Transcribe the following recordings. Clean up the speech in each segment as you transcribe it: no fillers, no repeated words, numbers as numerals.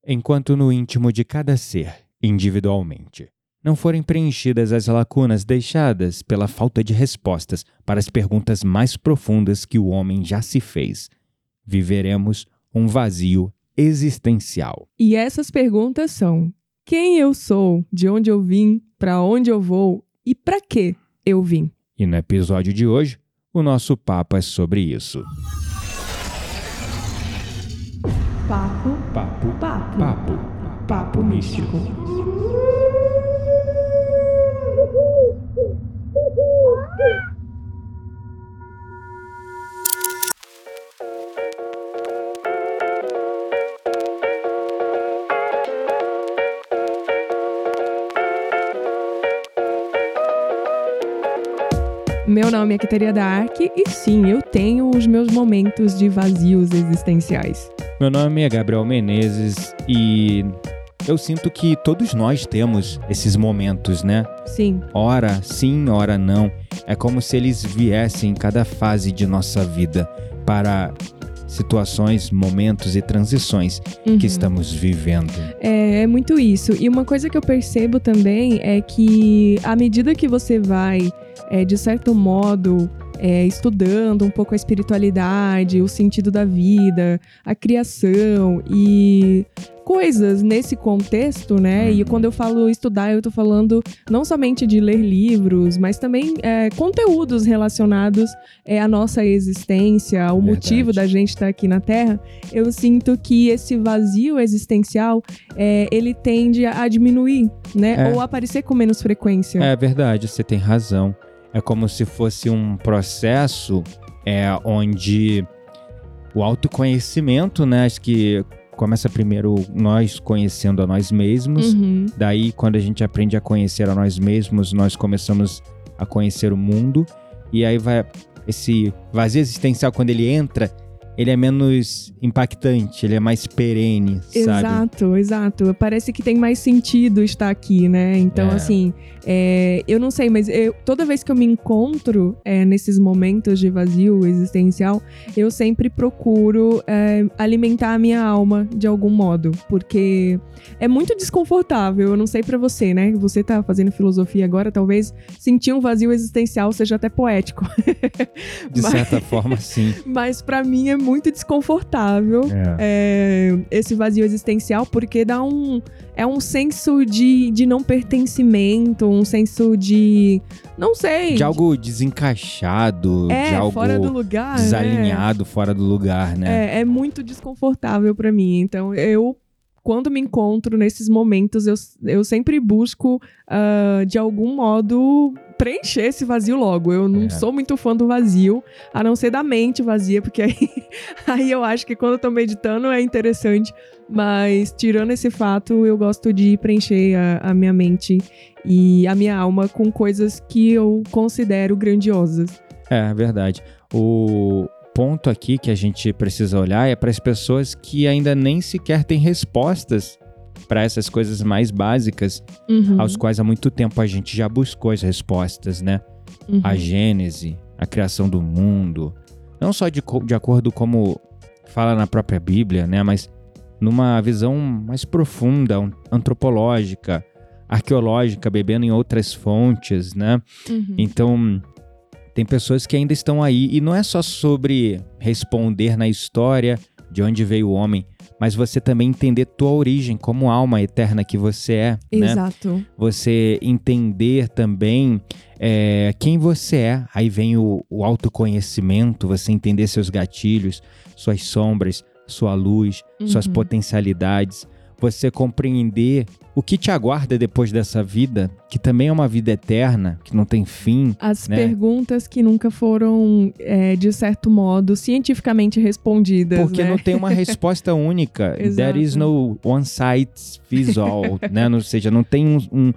Enquanto no íntimo de cada ser, individualmente, não forem preenchidas as lacunas deixadas pela falta de respostas para as perguntas mais profundas que o homem já se fez, viveremos um vazio existencial. E essas perguntas são: quem eu sou, de onde eu vim, para onde eu vou e para que eu vim? E no episódio de hoje, o nosso papo é sobre isso. Papo místico. Meu nome é Quiteria Dark e sim, eu tenho os meus momentos de vazios existenciais. Meu nome é Gabriel Menezes e eu sinto que todos nós temos esses momentos, né? Sim. Ora sim, ora não. É como se eles viessem em cada fase de nossa vida para situações, momentos e transições que estamos vivendo. É muito isso. E uma coisa que eu percebo também é que à medida que você vai, de certo modo, estudando um pouco a espiritualidade, o sentido da vida, a criação e coisas nesse contexto, né? E quando eu falo estudar, eu tô falando não somente de ler livros, mas também conteúdos relacionados à nossa existência, ao motivo da gente estar aqui na Terra. Eu sinto que esse vazio existencial, ele tende a diminuir, né? Ou a aparecer com menos frequência. É verdade, você tem razão. É como se fosse um processo onde o autoconhecimento, né? Acho que começa primeiro nós conhecendo a nós mesmos. Daí, quando a gente aprende a conhecer a nós mesmos, nós começamos a conhecer o mundo. E aí vai esse vazio existencial, quando ele entra, ele é menos impactante, ele é mais perene, sabe? Exato. Parece que tem mais sentido estar aqui, né? Então, assim, eu não sei, mas toda vez que eu me encontro nesses momentos de vazio existencial, eu sempre procuro alimentar a minha alma de algum modo, porque é muito desconfortável. Eu não sei pra você, né? Você tá fazendo filosofia agora, talvez sentir um vazio existencial seja até poético. De certa forma, sim. Mas pra mim é muito desconfortável esse vazio existencial, porque dá um senso de não pertencimento, um senso de, não sei... De algo desencaixado, de algo fora do lugar, desalinhado, fora do lugar, né? É muito desconfortável pra mim. Então, quando me encontro nesses momentos, eu sempre busco, de algum modo, preencher esse vazio logo. Eu não sou muito fã do vazio, a não ser da mente vazia, porque aí eu acho que quando eu tô meditando é interessante, mas tirando esse fato, eu gosto de preencher a minha mente e a minha alma com coisas que eu considero grandiosas. É verdade. O ponto aqui que a gente precisa olhar é para as pessoas que ainda nem sequer têm respostas para essas coisas mais básicas, aos quais há muito tempo a gente já buscou as respostas, né? A Gênese, a criação do mundo, não só de acordo como fala na própria Bíblia, né? Mas numa visão mais profunda, antropológica, arqueológica, bebendo em outras fontes, né? Então, tem pessoas que ainda estão aí, e não é só sobre responder na história de onde veio o homem, mas você também entender tua origem como alma eterna que você é, né? Exato. Você entender também quem você é. Aí vem o autoconhecimento, você entender seus gatilhos, suas sombras, sua luz, suas potencialidades. Você compreender o que te aguarda depois dessa vida, que também é uma vida eterna, que não tem fim. As né? perguntas que nunca foram, de certo modo, cientificamente respondidas. Porque não tem uma resposta única. There is no one size fits all, né? Ou seja, não tem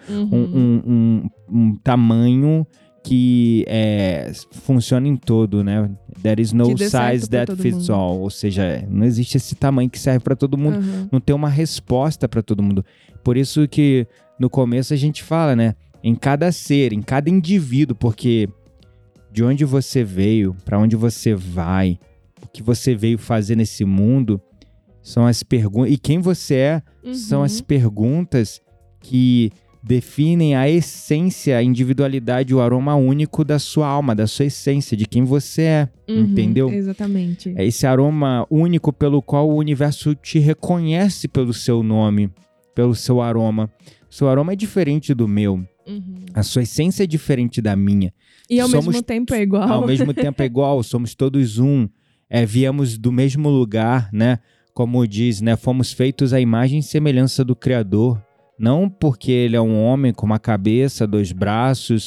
um tamanho que funciona em todo, né? There is no size that fits all. Ou seja, não existe esse tamanho que serve para todo mundo. Não tem uma resposta para todo mundo. Por isso que no começo a gente fala, né? Em cada ser, em cada indivíduo, porque de onde você veio, para onde você vai, o que você veio fazer nesse mundo, São as perguntas. E quem você é são as perguntas que definem a essência, a individualidade, o aroma único da sua alma, da sua essência, de quem você é, entendeu? Exatamente. É esse aroma único pelo qual o universo te reconhece pelo seu nome, pelo seu aroma. O seu aroma é diferente do meu. A sua essência é diferente da minha. E ao mesmo tempo é igual. Ao mesmo tempo é igual, somos todos um. Viemos do mesmo lugar, né? Como diz, né? Fomos feitos à imagem e semelhança do Criador. Não porque ele é um homem com uma cabeça, 2 braços,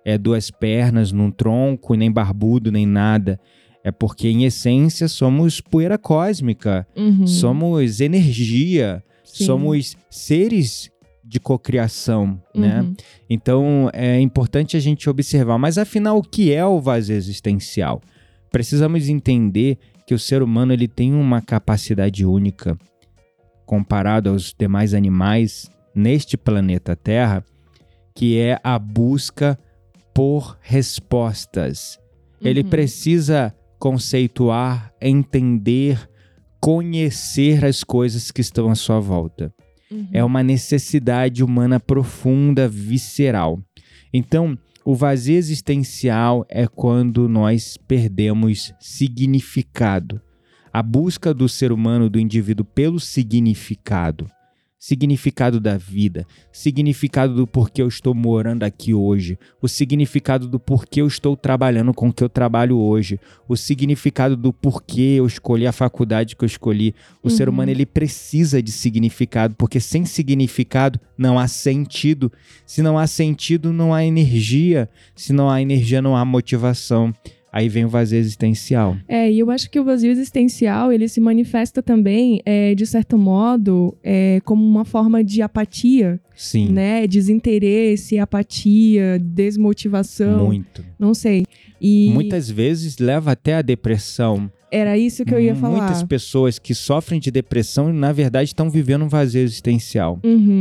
2 pernas, num tronco, nem barbudo, nem nada. É porque, em essência, somos poeira cósmica, somos energia, somos seres de cocriação, né? Então, é importante a gente observar. Mas, afinal, o que é o vazio existencial? Precisamos entender que o ser humano ele tem uma capacidade única, comparado aos demais animais, neste planeta Terra, que é a busca por respostas. Ele precisa conceituar, entender, conhecer as coisas que estão à sua volta. É uma necessidade humana profunda, visceral. Então, o vazio existencial é quando nós perdemos significado. A busca do ser humano, do indivíduo, pelo significado. Significado da vida, significado do porquê eu estou morando aqui hoje, o significado do porquê eu estou trabalhando com o que eu trabalho hoje, o significado do porquê eu escolhi a faculdade que eu escolhi. O ser humano ele precisa de significado, porque sem significado não há sentido. Se não há sentido, não há energia. Se não há energia, não há motivação. Aí vem o vazio existencial. E eu acho que o vazio existencial, ele se manifesta também, de certo modo, como uma forma de apatia. Sim. Né? Desinteresse, apatia, desmotivação. Muito. Não sei. E muitas vezes leva até a depressão. Era isso que eu ia falar. Muitas pessoas que sofrem de depressão, na verdade, estão vivendo um vazio existencial.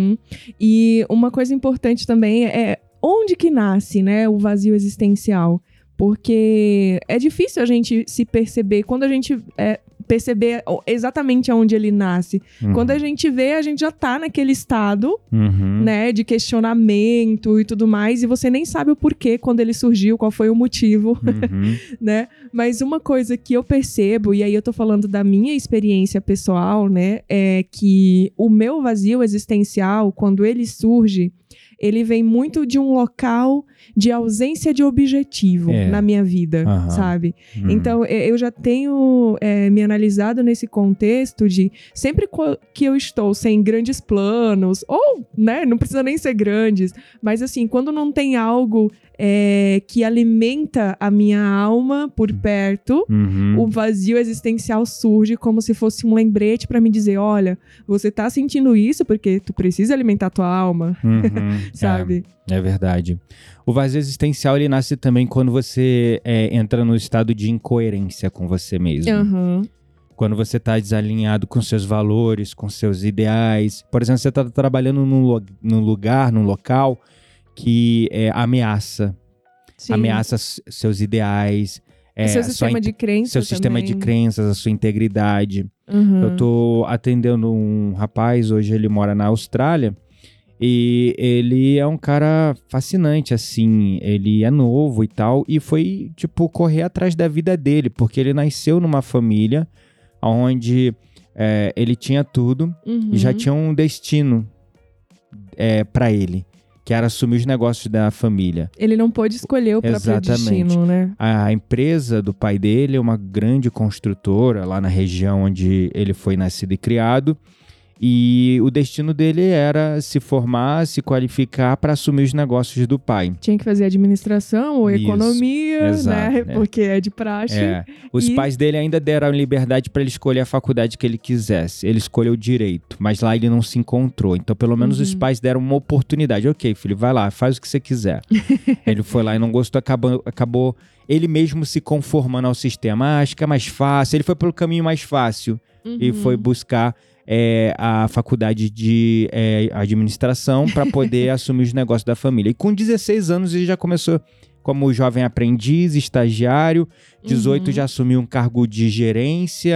E uma coisa importante também é onde que nasce, né, o vazio existencial. Porque é difícil a gente se perceber, quando a gente perceber exatamente aonde ele nasce. Quando a gente vê, a gente já tá naquele estado, né, de questionamento e tudo mais, e você nem sabe o porquê, quando ele surgiu, qual foi o motivo, né? Mas uma coisa que eu percebo, e aí eu tô falando da minha experiência pessoal, né, é que o meu vazio existencial, quando ele surge, ele vem muito de um local de ausência de objetivo na minha vida, sabe? Então, eu já tenho me analisado nesse contexto de sempre que eu estou sem grandes planos, ou, né, não precisa nem ser grandes, mas assim, quando não tem algo que alimenta a minha alma por perto, o vazio existencial surge como se fosse um lembrete pra me dizer, olha, você tá sentindo isso porque tu precisa alimentar tua alma, sabe? É verdade. O vazio existencial, ele nasce também quando você entra no estado de incoerência com você mesmo. Quando você tá desalinhado com seus valores, com seus ideais. Por exemplo, você tá trabalhando num lugar, num local que ameaça seus ideais, seu sistema de crenças, seu sistema de crenças, a sua integridade. Eu tô atendendo um rapaz, hoje ele mora na Austrália, e ele é um cara fascinante, assim, ele é novo e tal, e foi, tipo, correr atrás da vida dele, porque ele nasceu numa família onde ele tinha tudo e já tinha um destino pra ele, que era assumir os negócios da família. Ele não pôde escolher o próprio destino, né? A empresa do pai dele é uma grande construtora lá na região onde ele foi nascido e criado. E o destino dele era se formar, se qualificar para assumir os negócios do pai. Tinha que fazer administração ou economia, né? Porque é de praxe. Os pais dele ainda deram liberdade para ele escolher a faculdade que ele quisesse. Ele escolheu direito, mas lá ele não se encontrou. Então, pelo menos os pais deram uma oportunidade. Ok, filho, vai lá, faz o que você quiser. Ele foi lá e não gostou, acabou ele mesmo se conformando ao sistema. Acho que é mais fácil. Ele foi pelo caminho mais fácil e foi buscar a faculdade de administração para poder assumir os negócios da família. E com 16 anos ele já começou como jovem aprendiz, estagiário, 18 já assumiu um cargo de gerência,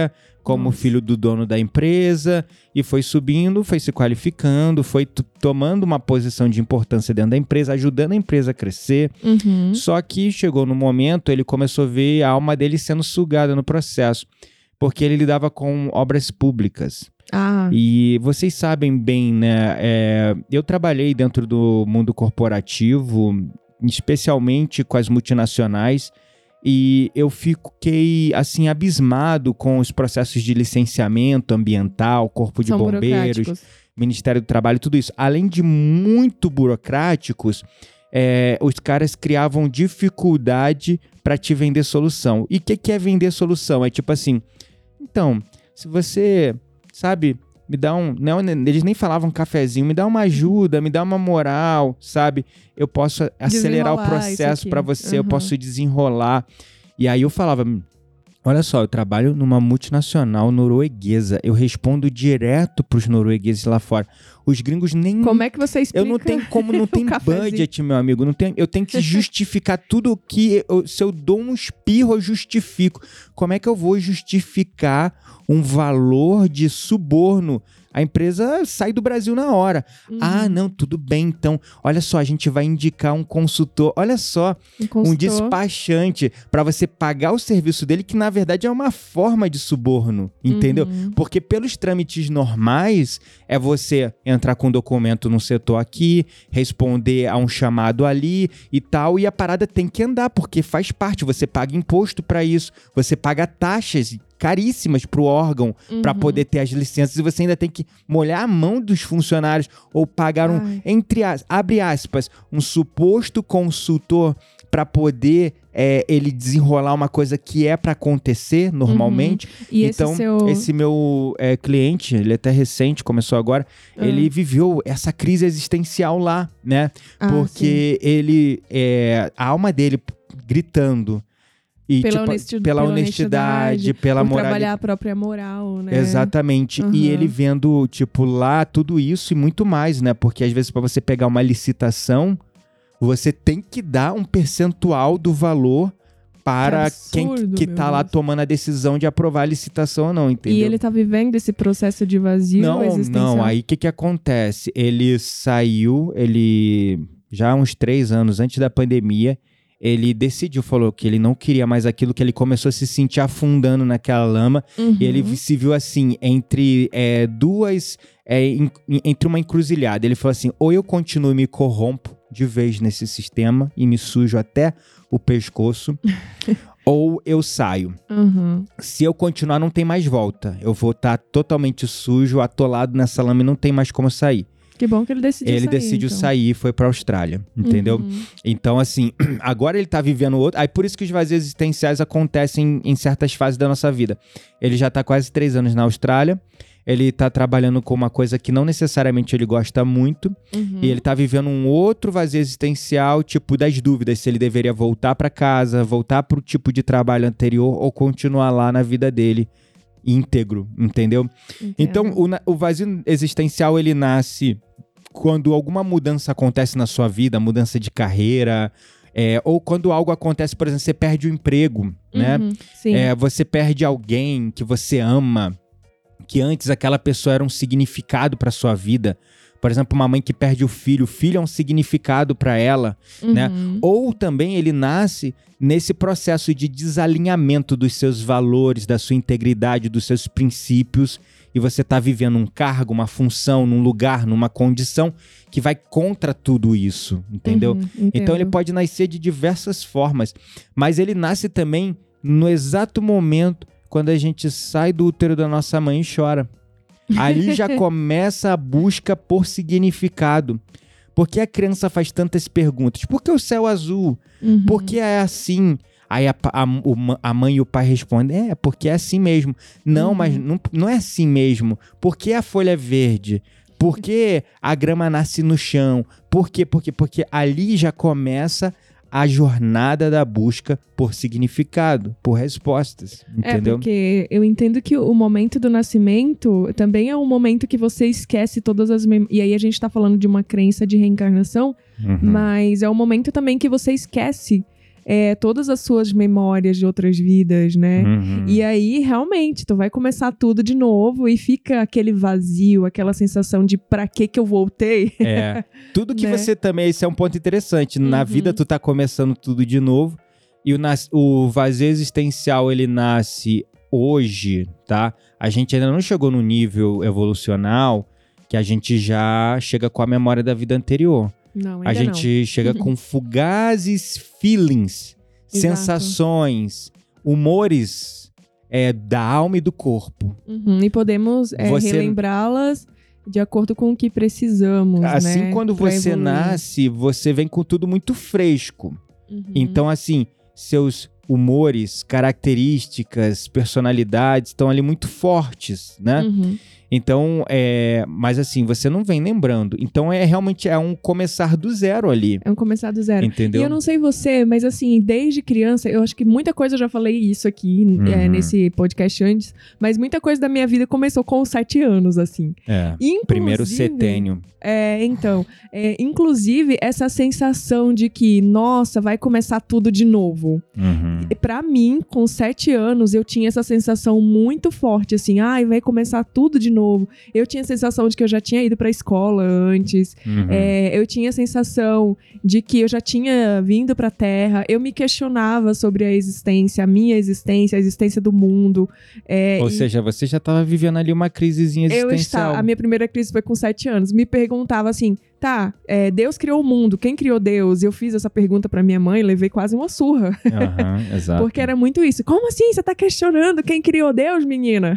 como filho do dono da empresa e foi subindo, foi se qualificando, foi tomando uma posição de importância dentro da empresa, ajudando a empresa a crescer. Só que chegou no momento, ele começou a ver a alma dele sendo sugada no processo, porque ele lidava com obras públicas. E vocês sabem bem, né? Eu trabalhei dentro do mundo corporativo, especialmente com as multinacionais, e eu fiquei, assim, abismado com os processos de licenciamento ambiental, Corpo de Bombeiros, Ministério do Trabalho, tudo isso. Além de muito burocráticos, os caras criavam dificuldade para te vender solução. E o que é vender solução? É tipo assim, então, se você, sabe, me dá não, eles nem falavam cafezinho, me dá uma ajuda, me dá uma moral, sabe? Eu posso acelerar o processo para você, eu posso desenrolar. E aí eu falava, olha só, eu trabalho numa multinacional norueguesa, eu respondo direto pros noruegueses lá fora. Os gringos nem... Como é que você explica? Eu não tenho como, não tem budget, meu amigo. Eu tenho que justificar tudo que... Se eu dou um espirro, eu justifico. Como é que eu vou justificar um valor de suborno? A empresa sai do Brasil na hora. Não, tudo bem, então, olha só, a gente vai indicar um consultor, olha só, um despachante para você pagar o serviço dele, que na verdade é uma forma de suborno, entendeu? Porque pelos trâmites normais, é você entrar com um documento num setor aqui, responder a um chamado ali e tal, e a parada tem que andar, porque faz parte, você paga imposto para isso, você paga taxas caríssimas pro órgão para poder ter as licenças, e você ainda tem que molhar a mão dos funcionários ou pagar abre aspas, um suposto consultor para poder ele desenrolar uma coisa que é para acontecer normalmente. E então, esse meu cliente, ele até recente, começou agora, ele viveu essa crise existencial lá, né? Porque ele, a alma dele gritando, e, pela honestidade, pela moral. Trabalhar a própria moral, né? Exatamente. E ele vendo, lá, tudo isso e muito mais, né? Porque às vezes para você pegar uma licitação, você tem que dar um percentual do valor para absurdo, quem tá lá tomando a decisão de aprovar a licitação ou não, entendeu? E ele tá vivendo esse processo de vazio existencial? Não. Aí o que acontece? Ele saiu, já há uns 3 anos antes da pandemia, ele falou que ele não queria mais aquilo, que ele começou a se sentir afundando naquela lama, e ele se viu assim, entre entre uma encruzilhada. Ele falou assim, ou eu continuo e me corrompo de vez nesse sistema e me sujo até o pescoço, ou eu saio. Se eu continuar, não tem mais volta. Eu vou estar totalmente sujo, atolado nessa lama e não tem mais como sair. Que bom que ele decidiu sair. Ele decidiu sair e foi pra Austrália, entendeu? Então, assim, agora ele tá vivendo outro... Aí por isso que os vazios existenciais acontecem em certas fases da nossa vida. Ele já tá quase 3 anos na Austrália, ele tá trabalhando com uma coisa que não necessariamente ele gosta muito, e ele tá vivendo um outro vazio existencial, tipo, das dúvidas, se ele deveria voltar pra casa, voltar pro tipo de trabalho anterior ou continuar lá na vida dele íntegro, entendeu? Então, o vazio existencial, ele nasce quando alguma mudança acontece na sua vida, mudança de carreira, ou quando algo acontece, por exemplo, você perde o emprego, né? Sim. Você perde alguém que você ama, que antes aquela pessoa era um significado para sua vida. Por exemplo, uma mãe que perde o filho é um significado para ela, né? Ou também ele nasce nesse processo de desalinhamento dos seus valores, da sua integridade, dos seus princípios, e você está vivendo um cargo, uma função, num lugar, numa condição que vai contra tudo isso, entendeu? Então ele pode nascer de diversas formas, mas ele nasce também no exato momento quando a gente sai do útero da nossa mãe e chora. Ali já começa a busca por significado. Por que a criança faz tantas perguntas? Por que o céu azul? Por que é assim? Aí a mãe e o pai respondem, porque é assim mesmo. Não, mas não é assim mesmo. Por que a folha é verde? Por que a grama nasce no chão? Por quê? Porque ali já começa a jornada da busca por significado, por respostas, entendeu? Porque eu entendo que o momento do nascimento também é um momento que você esquece todas as e aí a gente tá falando de uma crença de reencarnação, mas é um momento também que você esquece todas as suas memórias de outras vidas, né? E aí, realmente, tu vai começar tudo de novo e fica aquele vazio, aquela sensação de pra que eu voltei? Tudo que você também, esse é um ponto interessante. Na vida, tu tá começando tudo de novo e o vazio existencial, ele nasce hoje, tá? A gente ainda não chegou no nível evolucional que a gente já chega com a memória da vida anterior. Não, ainda a gente chega com fugazes feelings, sensações, humores da alma e do corpo. E podemos relembrá-las de acordo com o que precisamos, assim, né? Quando você nasce, você vem com tudo muito fresco. Então, assim, seus humores, características, personalidades estão ali muito fortes, né? Então, mas assim, você não vem lembrando. Então, realmente um começar do zero ali. É um começar do zero. Entendeu? E eu não sei você, mas assim, desde criança, eu acho que muita coisa, eu já falei isso aqui nesse podcast antes, mas muita coisa da minha vida começou com 7 anos, assim. Primeiro setênio. Então, inclusive, essa sensação de que, nossa, vai começar tudo de novo. Pra mim, com 7 anos, eu tinha essa sensação muito forte, assim, vai começar tudo de novo. Eu tinha a sensação de que eu já tinha ido pra escola antes. Eu tinha a sensação de que eu já tinha vindo pra Terra. Eu me questionava sobre a existência, a minha existência, a existência do mundo. Ou seja, você já estava vivendo ali uma crisezinha existencial. A minha primeira crise foi com 7 anos. Me perguntava assim, Deus criou o mundo, quem criou Deus? Eu fiz essa pergunta pra minha mãe, levei quase uma surra. Exato. Porque era muito isso. Como assim? Você tá questionando quem criou Deus, menina?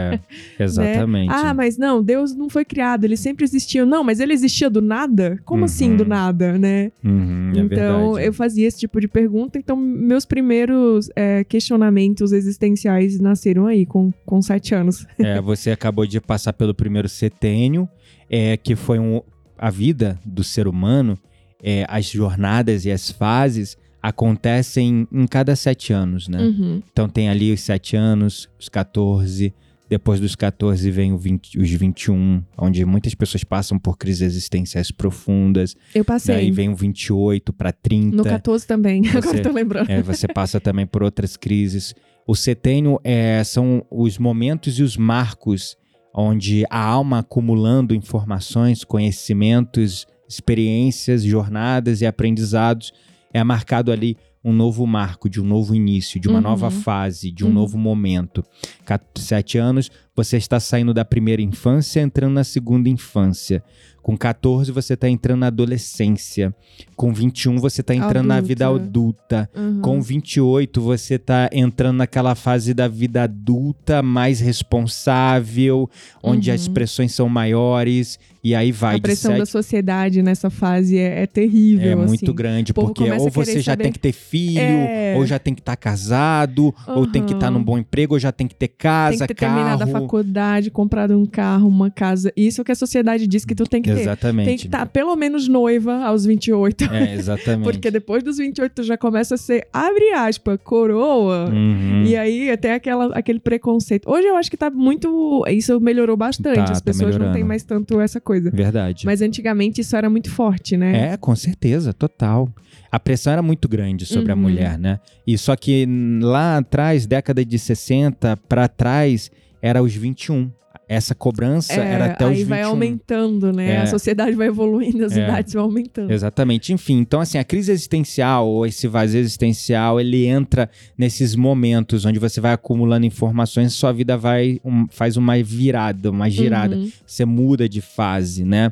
Exatamente. Né? Mas não, Deus não foi criado, ele sempre existiu. Não, mas ele existia do nada? Como assim do nada, né? Então, verdade. eu fazia esse tipo de pergunta. Então, meus primeiros questionamentos existenciais nasceram aí, com 7 anos. Você acabou de passar pelo primeiro setênio, que foi a vida do ser humano, as jornadas e as fases acontecem em cada 7 anos, né? Então tem ali os 7 anos, os 14, depois dos 14 vem os 21, onde muitas pessoas passam por crises existenciais profundas. Eu passei. Daí vem o 28 para 30. No 14 também, agora tô lembrando. Você passa também por outras crises. O setênio são os momentos e os marcos onde a alma acumulando informações, conhecimentos, experiências, jornadas e aprendizados, marcado ali um novo marco, de um novo início, de uma nova fase, de um novo momento. 7 anos, você está saindo da primeira infância, entrando na segunda infância. Com 14, você está entrando na adolescência. Com 21, você está entrando na vida adulta. Com 28, você está entrando naquela fase da vida adulta mais responsável, onde as pressões são maiores, e aí vai. A pressão da sociedade nessa fase é terrível. Muito grande, porque ou você já tem que ter filho, ou já tem que estar casado, ou tem que estar num bom emprego, ou já tem que ter casa, tem que ter terminado a faculdade, comprado um carro, uma casa. Isso é o que a sociedade diz que tu tem que ter. Exatamente. Tem que estar pelo menos noiva aos 28. Exatamente. Porque depois dos 28 tu já começa a ser, abre aspas, coroa. E aí até aquele preconceito. Hoje eu acho que tá muito... Isso melhorou bastante. As pessoas não têm mais tanto essa coisa. Verdade. Mas antigamente isso era muito forte, né? Com certeza, total. A pressão era muito grande sobre a mulher, né? E só que lá atrás, década de 60 pra trás, era os 21. Essa cobrança era até os 21. Aí vai aumentando, né? A sociedade vai evoluindo, as idades vão aumentando. Exatamente. Enfim, então assim, a crise existencial ou esse vazio existencial, ele entra nesses momentos onde você vai acumulando informações e sua vida faz uma virada, uma girada. Você muda de fase, né?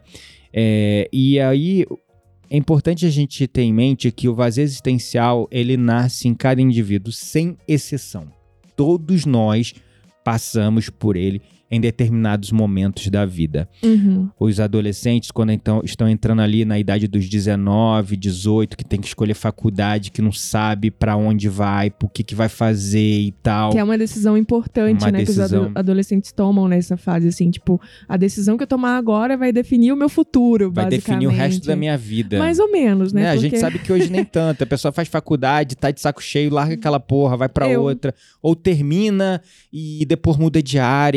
E aí... É importante a gente ter em mente que o vazio existencial, ele nasce em cada indivíduo, sem exceção. Todos nós passamos por ele em determinados momentos da vida. Os adolescentes, quando estão entrando ali na idade dos 19, 18, que tem que escolher faculdade, que não sabe pra onde vai, por que vai fazer e tal. Que é uma decisão importante, né? Que os adolescentes tomam nessa fase, assim, tipo, a decisão que eu tomar agora vai definir o meu futuro, vai definir o resto da minha vida. Mais ou menos, né? A gente sabe que hoje nem tanto. A pessoa faz faculdade, tá de saco cheio, larga aquela porra, vai pra outra. Ou termina e depois muda de área, né?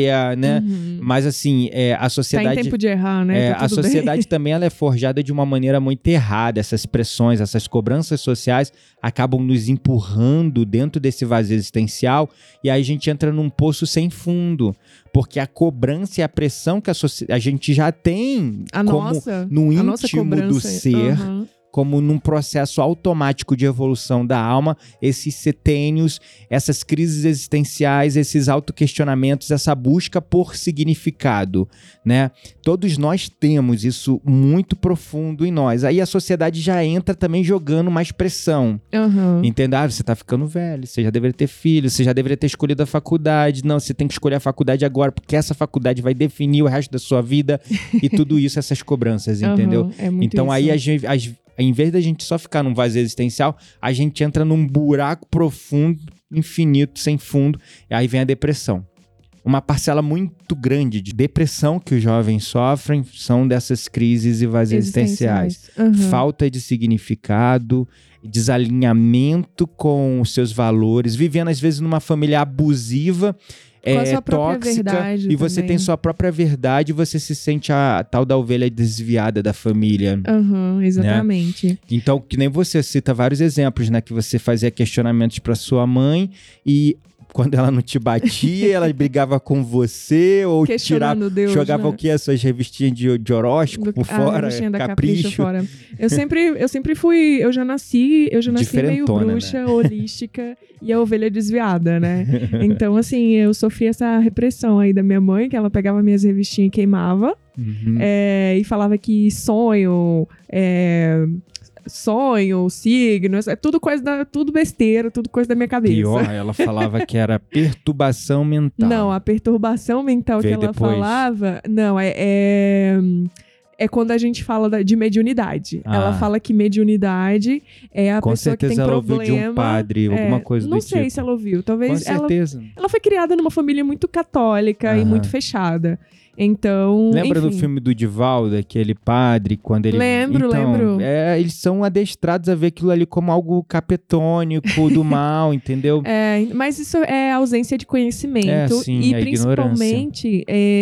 né? Mas assim, a sociedade... Tá em tempo de errar, né? A sociedade bem. também ela é forjada de uma maneira muito errada. Essas pressões, essas cobranças sociais acabam nos empurrando dentro desse vazio existencial e aí a gente entra num poço sem fundo. Porque a cobrança e a pressão que a gente já tem no íntimo do ser... como num processo automático de evolução da alma, esses setênios, essas crises existenciais, esses autoquestionamentos, essa busca por significado, né? Todos nós temos isso muito profundo em nós. Aí a sociedade já entra também jogando mais pressão. Entendeu? Você tá ficando velho, você já deveria ter filho, você já deveria ter escolhido a faculdade. Não, você tem que escolher a faculdade agora, porque essa faculdade vai definir o resto da sua vida e tudo isso, essas cobranças, entendeu? É muito então isso. Aí em vez da gente só ficar num vazio existencial, a gente entra num buraco profundo, infinito, sem fundo, e aí vem a depressão. Uma parcela muito grande de depressão que os jovens sofrem são dessas crises e vazios existenciais. Falta de significado, desalinhamento com os seus valores, vivendo às vezes numa família abusiva, com a sua própria tóxica, verdade e você também. tem sua própria verdade e você se sente a tal da ovelha desviada da família. Exatamente. Né? Então, que nem você cita vários exemplos, né? Que você fazia questionamentos para sua mãe e quando ela não te batia, ela brigava com você ou jogava, né? O que? As suas revistinhas de horóscopo por fora, capricho fora. Eu sempre fui, eu já nasci meio bruxa, né? Holística e a ovelha desviada, né? Então, assim, eu sofri essa repressão aí da minha mãe, que ela pegava minhas revistinhas e queimava, e falava que sonho, signos, é tudo tudo besteira, tudo coisa da minha cabeça. Pior, ela falava que era perturbação mental. Não, a perturbação mental que ela falava, não, é quando a gente fala de mediunidade. Ela fala que mediunidade é a pessoa que tem problema. Com certeza ela ouviu de um padre, alguma coisa do tipo. Não sei se ela ouviu, talvez. Com certeza. Ela foi criada numa família muito católica e muito fechada. Então, lembra do filme do Divaldo, aquele padre, quando ele... Lembro. Eles são adestrados a ver aquilo ali como algo capetônico, do mal, entendeu? Mas isso é ausência de conhecimento. Sim, e principalmente...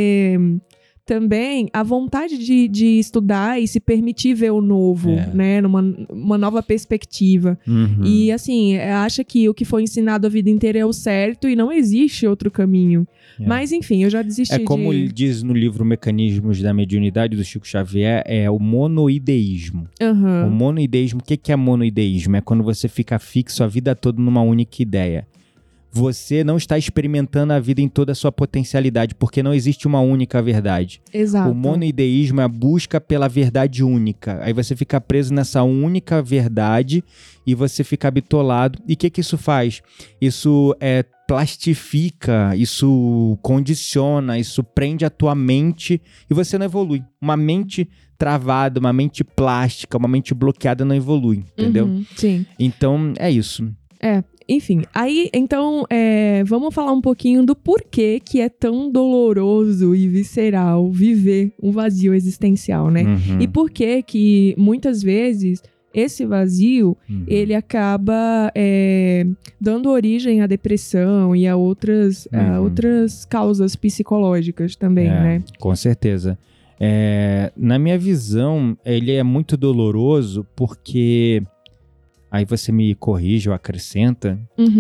também a vontade de estudar e se permitir ver o novo, né? Uma nova perspectiva. E assim, acha que o que foi ensinado a vida inteira é o certo e não existe outro caminho. Mas enfim, eu já desisti como ele diz no livro Mecanismos da Mediunidade, do Chico Xavier, é o monoideísmo. O monoideísmo, o que é monoideísmo? É quando você fica fixo a vida toda numa única ideia. Você não está experimentando a vida em toda a sua potencialidade, porque não existe uma única verdade. Exato. O monoideísmo é a busca pela verdade única. Aí você fica preso nessa única verdade e você fica bitolado. E o que isso faz? Isso plastifica, isso condiciona, isso prende a tua mente e você não evolui. Uma mente travada, uma mente plástica, uma mente bloqueada não evolui, entendeu? Sim. Então, é isso. Enfim, aí, então, vamos falar um pouquinho do porquê que é tão doloroso e visceral viver um vazio existencial, né? E por que muitas vezes esse vazio, ele acaba dando origem à depressão e a outras causas psicológicas também, né? Com certeza. Na minha visão, ele é muito doloroso porque... Aí você me corrige ou acrescenta,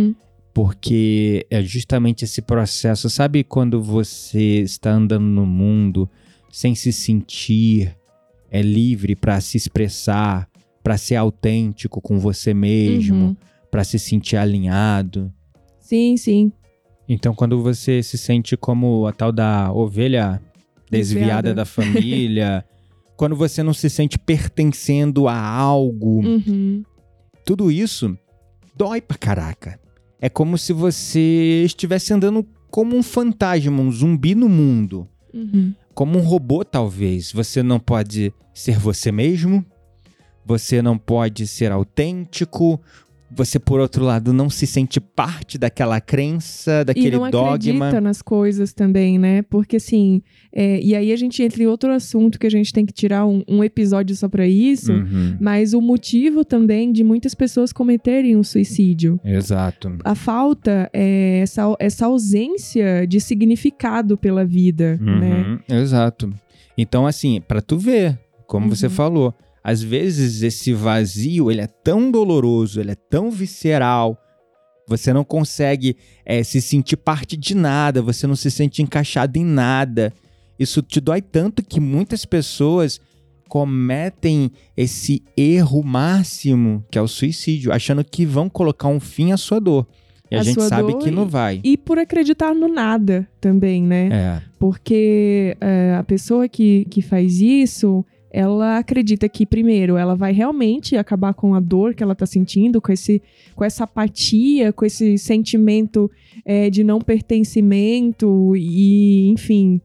porque é justamente esse processo. Sabe quando você está andando no mundo sem se sentir livre para se expressar, para ser autêntico com você mesmo, para se sentir alinhado? Sim, sim. Então, quando você se sente como a tal da ovelha desviada da família, quando você não se sente pertencendo a algo... Tudo isso dói pra caraca. É como se você estivesse andando como um fantasma, um zumbi no mundo. Como um robô, talvez. Você não pode ser você mesmo. Você não pode ser autêntico. você, por outro lado, não se sente parte daquela crença, daquele dogma. E não acredita nas coisas também, né? Porque assim, e aí a gente entra em outro assunto que a gente tem que tirar um episódio só pra isso, mas o motivo também de muitas pessoas cometerem um suicídio. Exato. A falta é essa ausência de significado pela vida, né? Exato. Então, assim, pra tu ver, como você falou, às vezes esse vazio, ele é tão doloroso, ele é tão visceral, você não consegue se sentir parte de nada, você não se sente encaixado em nada. Isso te dói tanto que muitas pessoas cometem esse erro máximo, que é o suicídio, achando que vão colocar um fim à sua dor. E a gente sabe que não vai. E por acreditar no nada também, né? Porque a pessoa que faz isso, ela acredita que, primeiro, ela vai realmente acabar com a dor que ela tá sentindo, com essa apatia, com esse sentimento de não pertencimento e, enfim,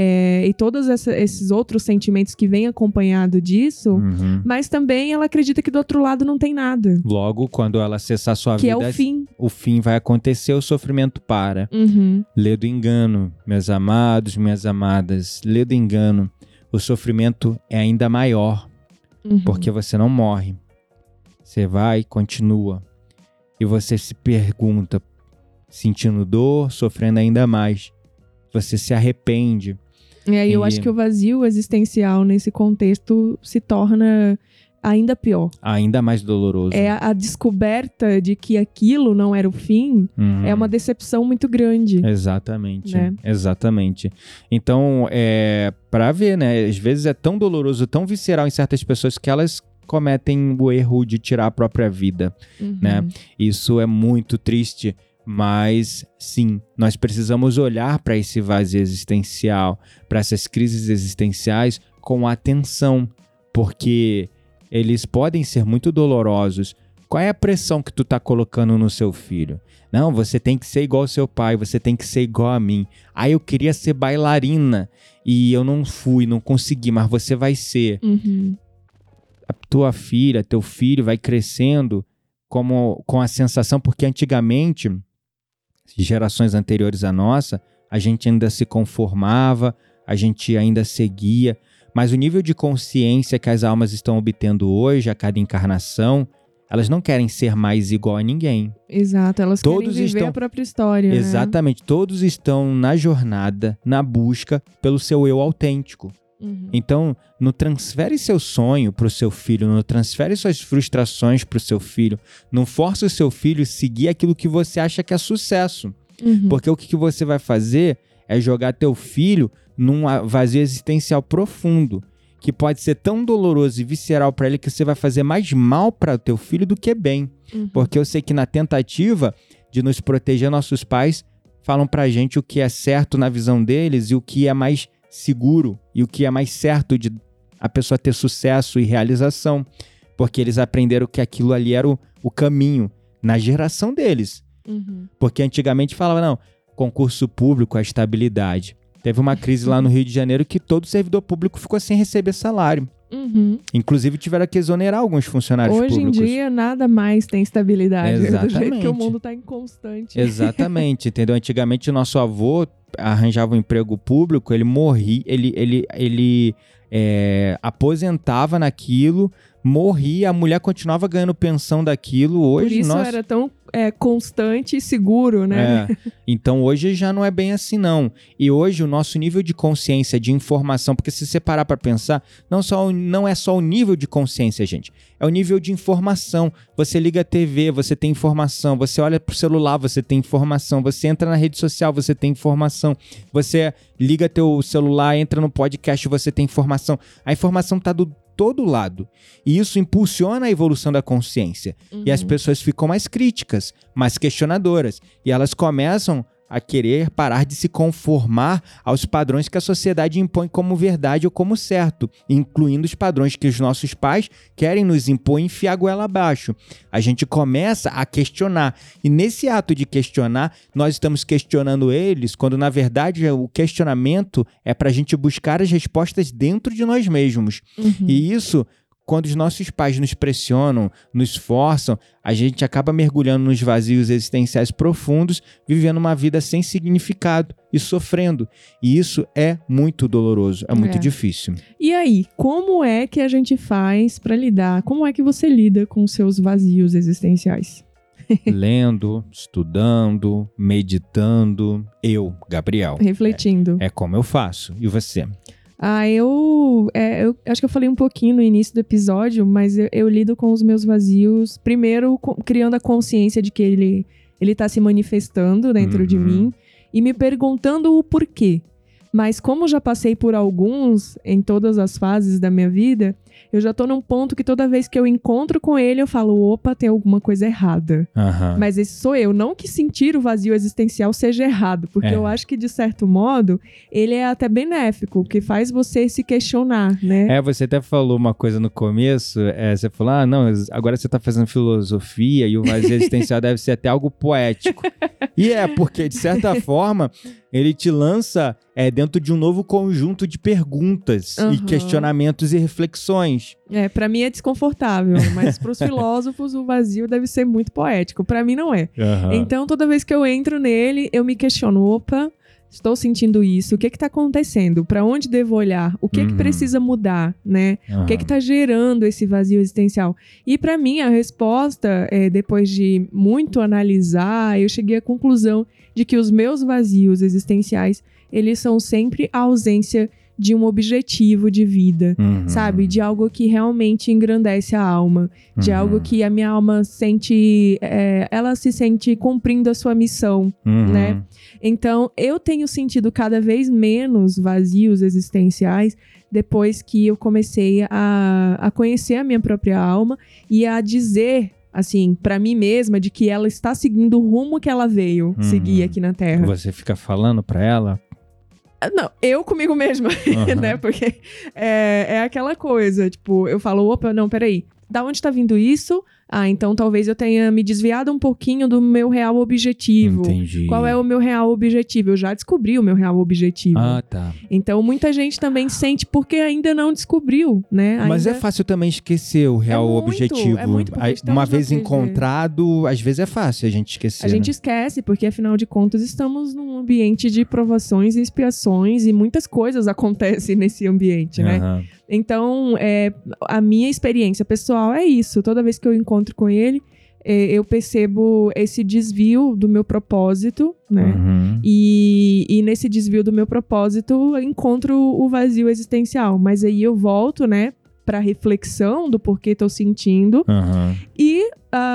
e todos esses outros sentimentos que vêm acompanhado disso, mas também ela acredita que do outro lado não tem nada. Logo, quando ela acessar sua vida... Que é o fim. O fim vai acontecer, o sofrimento para. Lê do engano, meus amados, minhas amadas. Lê do engano. O sofrimento é ainda maior, porque você não morre. Você vai e continua. E você se pergunta, sentindo dor, sofrendo ainda mais. Você se arrepende. Eu acho que o vazio existencial nesse contexto se torna ainda pior. Ainda mais doloroso. A descoberta de que aquilo não era o fim é uma decepção muito grande. Exatamente, né? Exatamente. Então, pra ver, né? Às vezes é tão doloroso, tão visceral em certas pessoas que elas cometem o erro de tirar a própria vida, né? Isso é muito triste, mas sim, nós precisamos olhar para esse vazio existencial, para essas crises existenciais com atenção, porque eles podem ser muito dolorosos. Qual é a pressão que tu tá colocando no seu filho? Não, você tem que ser igual ao seu pai, você tem que ser igual a mim. Eu queria ser bailarina e eu não fui, não consegui, mas você vai ser. A tua filha, teu filho vai crescendo com a sensação, porque antigamente, gerações anteriores à nossa, a gente ainda se conformava, a gente ainda seguia, mas o nível de consciência que as almas estão obtendo hoje, a cada encarnação, elas não querem ser mais igual a ninguém. Exato, elas querem viver a própria história. Exatamente, todos estão na jornada, na busca pelo seu eu autêntico. Então, não transfere seu sonho para o seu filho, não transfere suas frustrações para o seu filho, não força o seu filho a seguir aquilo que você acha que é sucesso. Porque o que você vai fazer é jogar teu filho num vazio existencial profundo, que pode ser tão doloroso e visceral para ele que você vai fazer mais mal para o teu filho do que bem. Porque eu sei que na tentativa de nos proteger, nossos pais falam pra gente o que é certo na visão deles e o que é mais seguro e o que é mais certo de a pessoa ter sucesso e realização, porque eles aprenderam que aquilo ali era o caminho na geração deles. Porque antigamente falava, não, concurso público, a estabilidade. Teve uma crise lá no Rio de Janeiro que todo servidor público ficou sem receber salário. Inclusive tiveram que exonerar alguns funcionários públicos. Hoje em dia nada mais tem estabilidade. Exatamente. Do jeito que o mundo tá inconstante. Exatamente, entendeu? Antigamente o nosso avô arranjava um emprego público, ele morria, ele aposentava naquilo, morria, a mulher continuava ganhando pensão daquilo. Hoje, por isso era tão constante e seguro, né? Então hoje já não é bem assim, não. E hoje o nosso nível de consciência, de informação, porque se você parar para pensar, não é só o nível de consciência, gente, é o nível de informação. Você liga a TV, você tem informação, você olha pro celular, você tem informação, você entra na rede social, você tem informação, você liga teu celular, entra no podcast, você tem informação. A informação tá do todo lado. E isso impulsiona a evolução da consciência. E as pessoas ficam mais críticas, mais questionadoras. E elas começam a querer parar de se conformar aos padrões que a sociedade impõe como verdade ou como certo, incluindo os padrões que os nossos pais querem nos impor e enfiar a goela abaixo. A gente começa a questionar. E nesse ato de questionar, nós estamos questionando eles, quando na verdade o questionamento é para a gente buscar as respostas dentro de nós mesmos. E isso quando os nossos pais nos pressionam, nos forçam, a gente acaba mergulhando nos vazios existenciais profundos, vivendo uma vida sem significado e sofrendo. E isso é muito doloroso, é muito difícil. E aí, como é que a gente faz para lidar? Como é que você lida com os seus vazios existenciais? Lendo, estudando, meditando. Eu, Gabriel. Refletindo. É como eu faço. E você? Eu acho que eu falei um pouquinho no início do episódio, mas eu lido com os meus vazios, primeiro criando a consciência de que ele tá se manifestando dentro de mim e me perguntando o porquê. Mas como já passei por alguns em todas as fases da minha vida, eu já tô num ponto que toda vez que eu encontro com ele, eu falo, opa, tem alguma coisa errada. Mas esse sou eu. Não que sentir o vazio existencial seja errado, porque eu acho que, de certo modo, ele é até benéfico, que faz você se questionar, né? Você até falou uma coisa no começo, você falou, não, agora você tá fazendo filosofia e o vazio existencial deve ser até algo poético. E porque, de certa forma, ele te lança dentro de um novo conjunto de perguntas e questionamentos e reflexões. Pra mim é desconfortável, mas pros filósofos o vazio deve ser muito poético. Pra mim não é. Então, toda vez que eu entro nele, eu me questiono, opa, estou sentindo isso, o que tá acontecendo? Pra onde devo olhar? O que precisa mudar, né? O que tá gerando esse vazio existencial? E pra mim, a resposta, depois de muito analisar, eu cheguei à conclusão de que os meus vazios existenciais, eles são sempre a ausência de um objetivo de vida, sabe? De algo que realmente engrandece a alma, de algo que a minha alma sente, ela se sente cumprindo a sua missão, né? Então, eu tenho sentido cada vez menos vazios existenciais depois que eu comecei a conhecer a minha própria alma e a dizer, assim, pra mim mesma, de que ela está seguindo o rumo que ela veio seguir aqui na Terra. Você fica falando pra ela? Não, eu comigo mesma, né? Porque é aquela coisa, tipo, eu falo, opa, não, peraí, da onde tá vindo isso? Então talvez eu tenha me desviado um pouquinho do meu real objetivo. Entendi. Qual é o meu real objetivo? Eu já descobri o meu real objetivo. Tá. Então muita gente também sente porque ainda não descobriu, né? Mas é fácil também esquecer o real objetivo. Uma vez encontrado, às vezes é fácil a gente esquecer. A gente esquece, porque afinal de contas estamos num ambiente de provações e expiações e muitas coisas acontecem nesse ambiente, né? Então, a minha experiência pessoal é isso. Toda vez que eu encontro com ele, eu percebo esse desvio do meu propósito, né? E nesse desvio do meu propósito, eu encontro o vazio existencial. Mas aí eu volto, né, pra reflexão do porquê tô sentindo e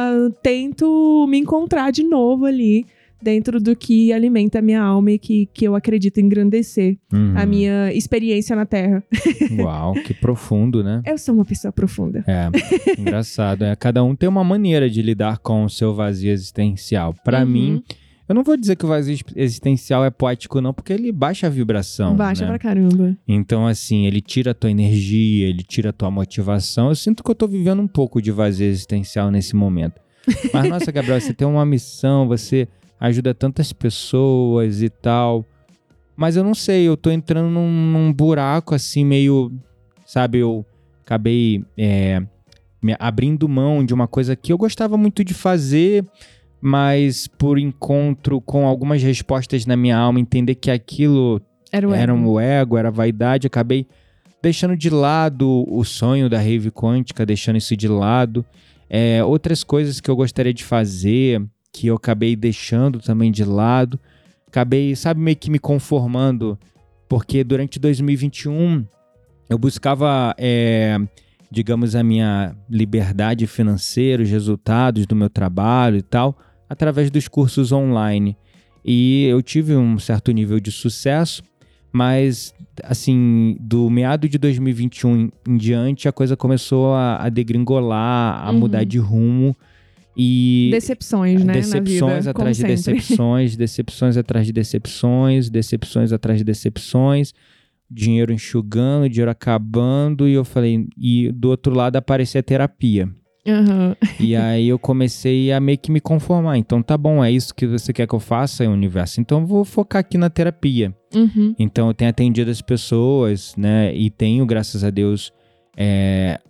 tento me encontrar de novo ali, dentro do que alimenta a minha alma e que eu acredito engrandecer a minha experiência na Terra. Uau, que profundo, né? Eu sou uma pessoa profunda. Engraçado. Cada um tem uma maneira de lidar com o seu vazio existencial. Pra mim, eu não vou dizer que o vazio existencial é poético não, porque ele baixa a vibração. Baixa, né? Pra caramba. Então, assim, ele tira a tua energia, ele tira a tua motivação. Eu sinto que eu tô vivendo um pouco de vazio existencial nesse momento. Mas, nossa, Gabriel, você tem uma missão, você ajuda tantas pessoas e tal. Mas eu não sei, eu tô entrando num buraco assim meio, sabe, eu acabei me abrindo mão de uma coisa que eu gostava muito de fazer, mas por encontro com algumas respostas na minha alma, entender que aquilo era um ego, era vaidade, acabei deixando de lado o sonho da rave quântica, deixando isso de lado. Outras coisas que eu gostaria de fazer, que eu acabei deixando também de lado. Acabei, sabe, meio que me conformando, porque durante 2021 eu buscava, digamos, a minha liberdade financeira, os resultados do meu trabalho e tal, através dos cursos online. E eu tive um certo nível de sucesso, mas, assim, do meado de 2021 em diante, a coisa começou a degringolar, a mudar de rumo. E decepções, né? Decepções atrás de decepções, decepções atrás de decepções, decepções atrás de decepções, dinheiro enxugando, dinheiro acabando, e eu falei, e do outro lado aparecia a terapia. E aí eu comecei a meio que me conformar. Então tá bom, é isso que você quer que eu faça, universo. Então eu vou focar aqui na terapia. Então eu tenho atendido as pessoas, né? E tenho, graças a Deus,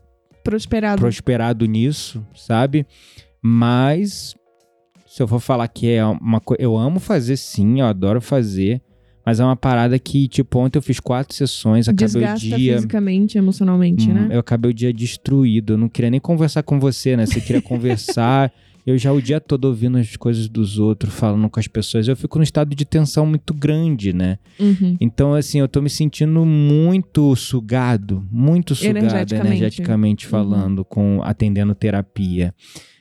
prosperado nisso, sabe? Mas se eu for falar que é uma coisa... Eu amo fazer sim, eu adoro fazer. Mas é uma parada que, tipo, ontem eu fiz 4 sessões, acabei Desgasta o dia... fisicamente, emocionalmente, né? Eu acabei o dia destruído, eu não queria nem conversar com você, né? Você queria conversar, eu já o dia todo ouvindo as coisas dos outros, falando com as pessoas, eu fico num estado de tensão muito grande, né? Então, assim, eu tô me sentindo muito sugado energeticamente falando, atendendo terapia.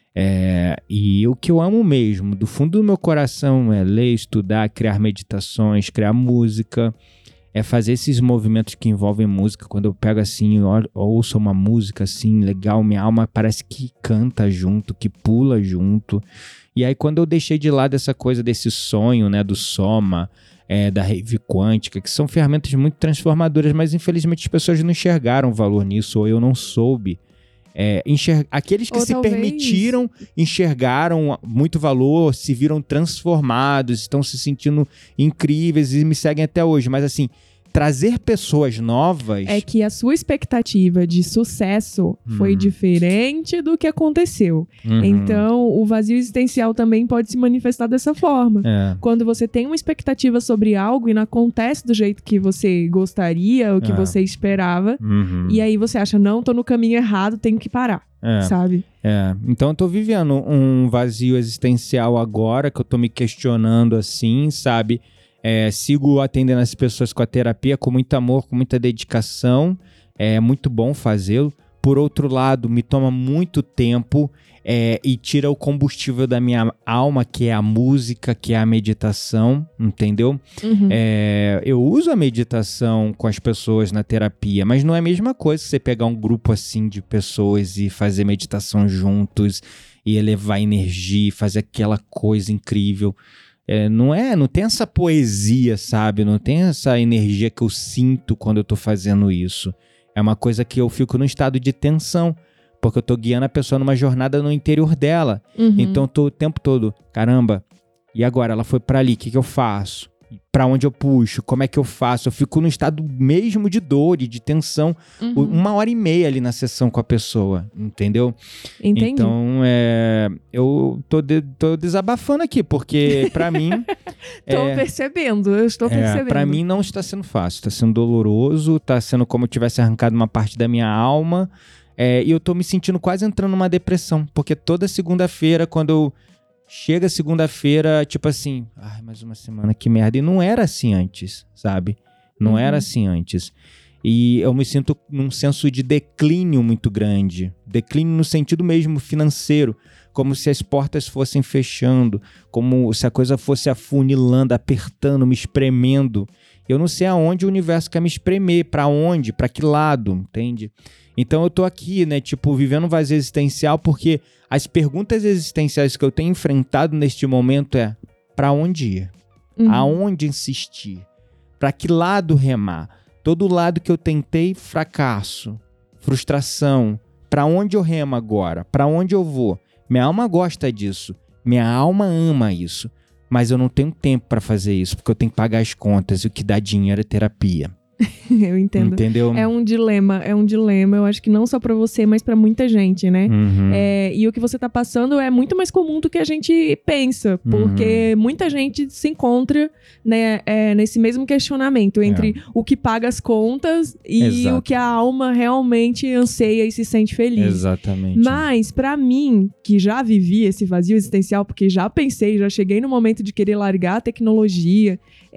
E o que eu amo mesmo, do fundo do meu coração, é ler, estudar, criar meditações, criar música, é fazer esses movimentos que envolvem música. Quando eu pego assim, ouço uma música assim, legal, minha alma parece que canta junto, que pula junto. E aí quando eu deixei de lado essa coisa desse sonho, né, do soma, da rave quântica, que são ferramentas muito transformadoras, mas infelizmente as pessoas não enxergaram valor nisso, ou eu não soube. Aqueles que se permitiram, enxergaram muito valor, se viram transformados, estão se sentindo incríveis e me seguem até hoje. Mas assim, trazer pessoas novas... É que a sua expectativa de sucesso foi diferente do que aconteceu. Então, o vazio existencial também pode se manifestar dessa forma. Quando você tem uma expectativa sobre algo e não acontece do jeito que você gostaria, ou que você esperava, e aí você acha, não, tô no caminho errado, tenho que parar, sabe? Então eu tô vivendo um vazio existencial agora, que eu tô me questionando assim, sabe? Sigo atendendo as pessoas com a terapia com muito amor, com muita dedicação. É muito bom fazê-lo. Por outro lado, me toma muito tempo e tira o combustível da minha alma, que é a música, que é a meditação, entendeu? Eu uso a meditação com as pessoas na terapia, mas não é a mesma coisa que você pegar um grupo assim de pessoas e fazer meditação juntos e elevar energia e fazer aquela coisa incrível. Não tem essa poesia, sabe? Não tem essa energia que eu sinto quando eu tô fazendo isso. É uma coisa que eu fico num estado de tensão, porque eu tô guiando a pessoa numa jornada no interior dela. Então eu tô o tempo todo, caramba, e agora? Ela foi pra ali, o que eu faço? Pra onde eu puxo? Como é que eu faço? Eu fico num estado mesmo de dor e de tensão 1h30 ali na sessão com a pessoa, entendeu? Entendi. Então, eu tô desabafando aqui, porque pra mim... eu estou percebendo. Pra mim não está sendo fácil, está sendo doloroso, tá sendo como eu tivesse arrancado uma parte da minha alma, e eu tô me sentindo quase entrando numa depressão, porque toda segunda-feira, quando eu... Chega segunda-feira, tipo assim, mais uma semana, que merda. E não era assim antes, sabe? Não era assim antes. E eu me sinto num senso de declínio muito grande. Declínio no sentido mesmo financeiro. Como se as portas fossem fechando. Como se a coisa fosse afunilando, apertando, me espremendo. Eu não sei aonde o universo quer me espremer. Pra onde? Pra que lado? Entende? Então eu tô aqui, né, tipo, vivendo um vazio existencial, porque as perguntas existenciais que eu tenho enfrentado neste momento pra onde ir? Aonde insistir? Pra que lado remar? Todo lado que eu tentei, fracasso, frustração. Pra onde eu remo agora? Pra onde eu vou? Minha alma gosta disso. Minha alma ama isso. Mas eu não tenho tempo pra fazer isso, porque eu tenho que pagar as contas e o que dá dinheiro é terapia. Eu entendo. Entendeu? É um dilema. Eu acho que não só pra você, mas pra muita gente, né? E o que você tá passando é muito mais comum do que a gente pensa, porque muita gente se encontra, né, nesse mesmo questionamento entre o que paga as contas e o que a alma realmente anseia e se sente feliz. Exatamente. Mas pra mim, que já vivi esse vazio existencial, porque já pensei, já cheguei no momento de querer largar a tecnologia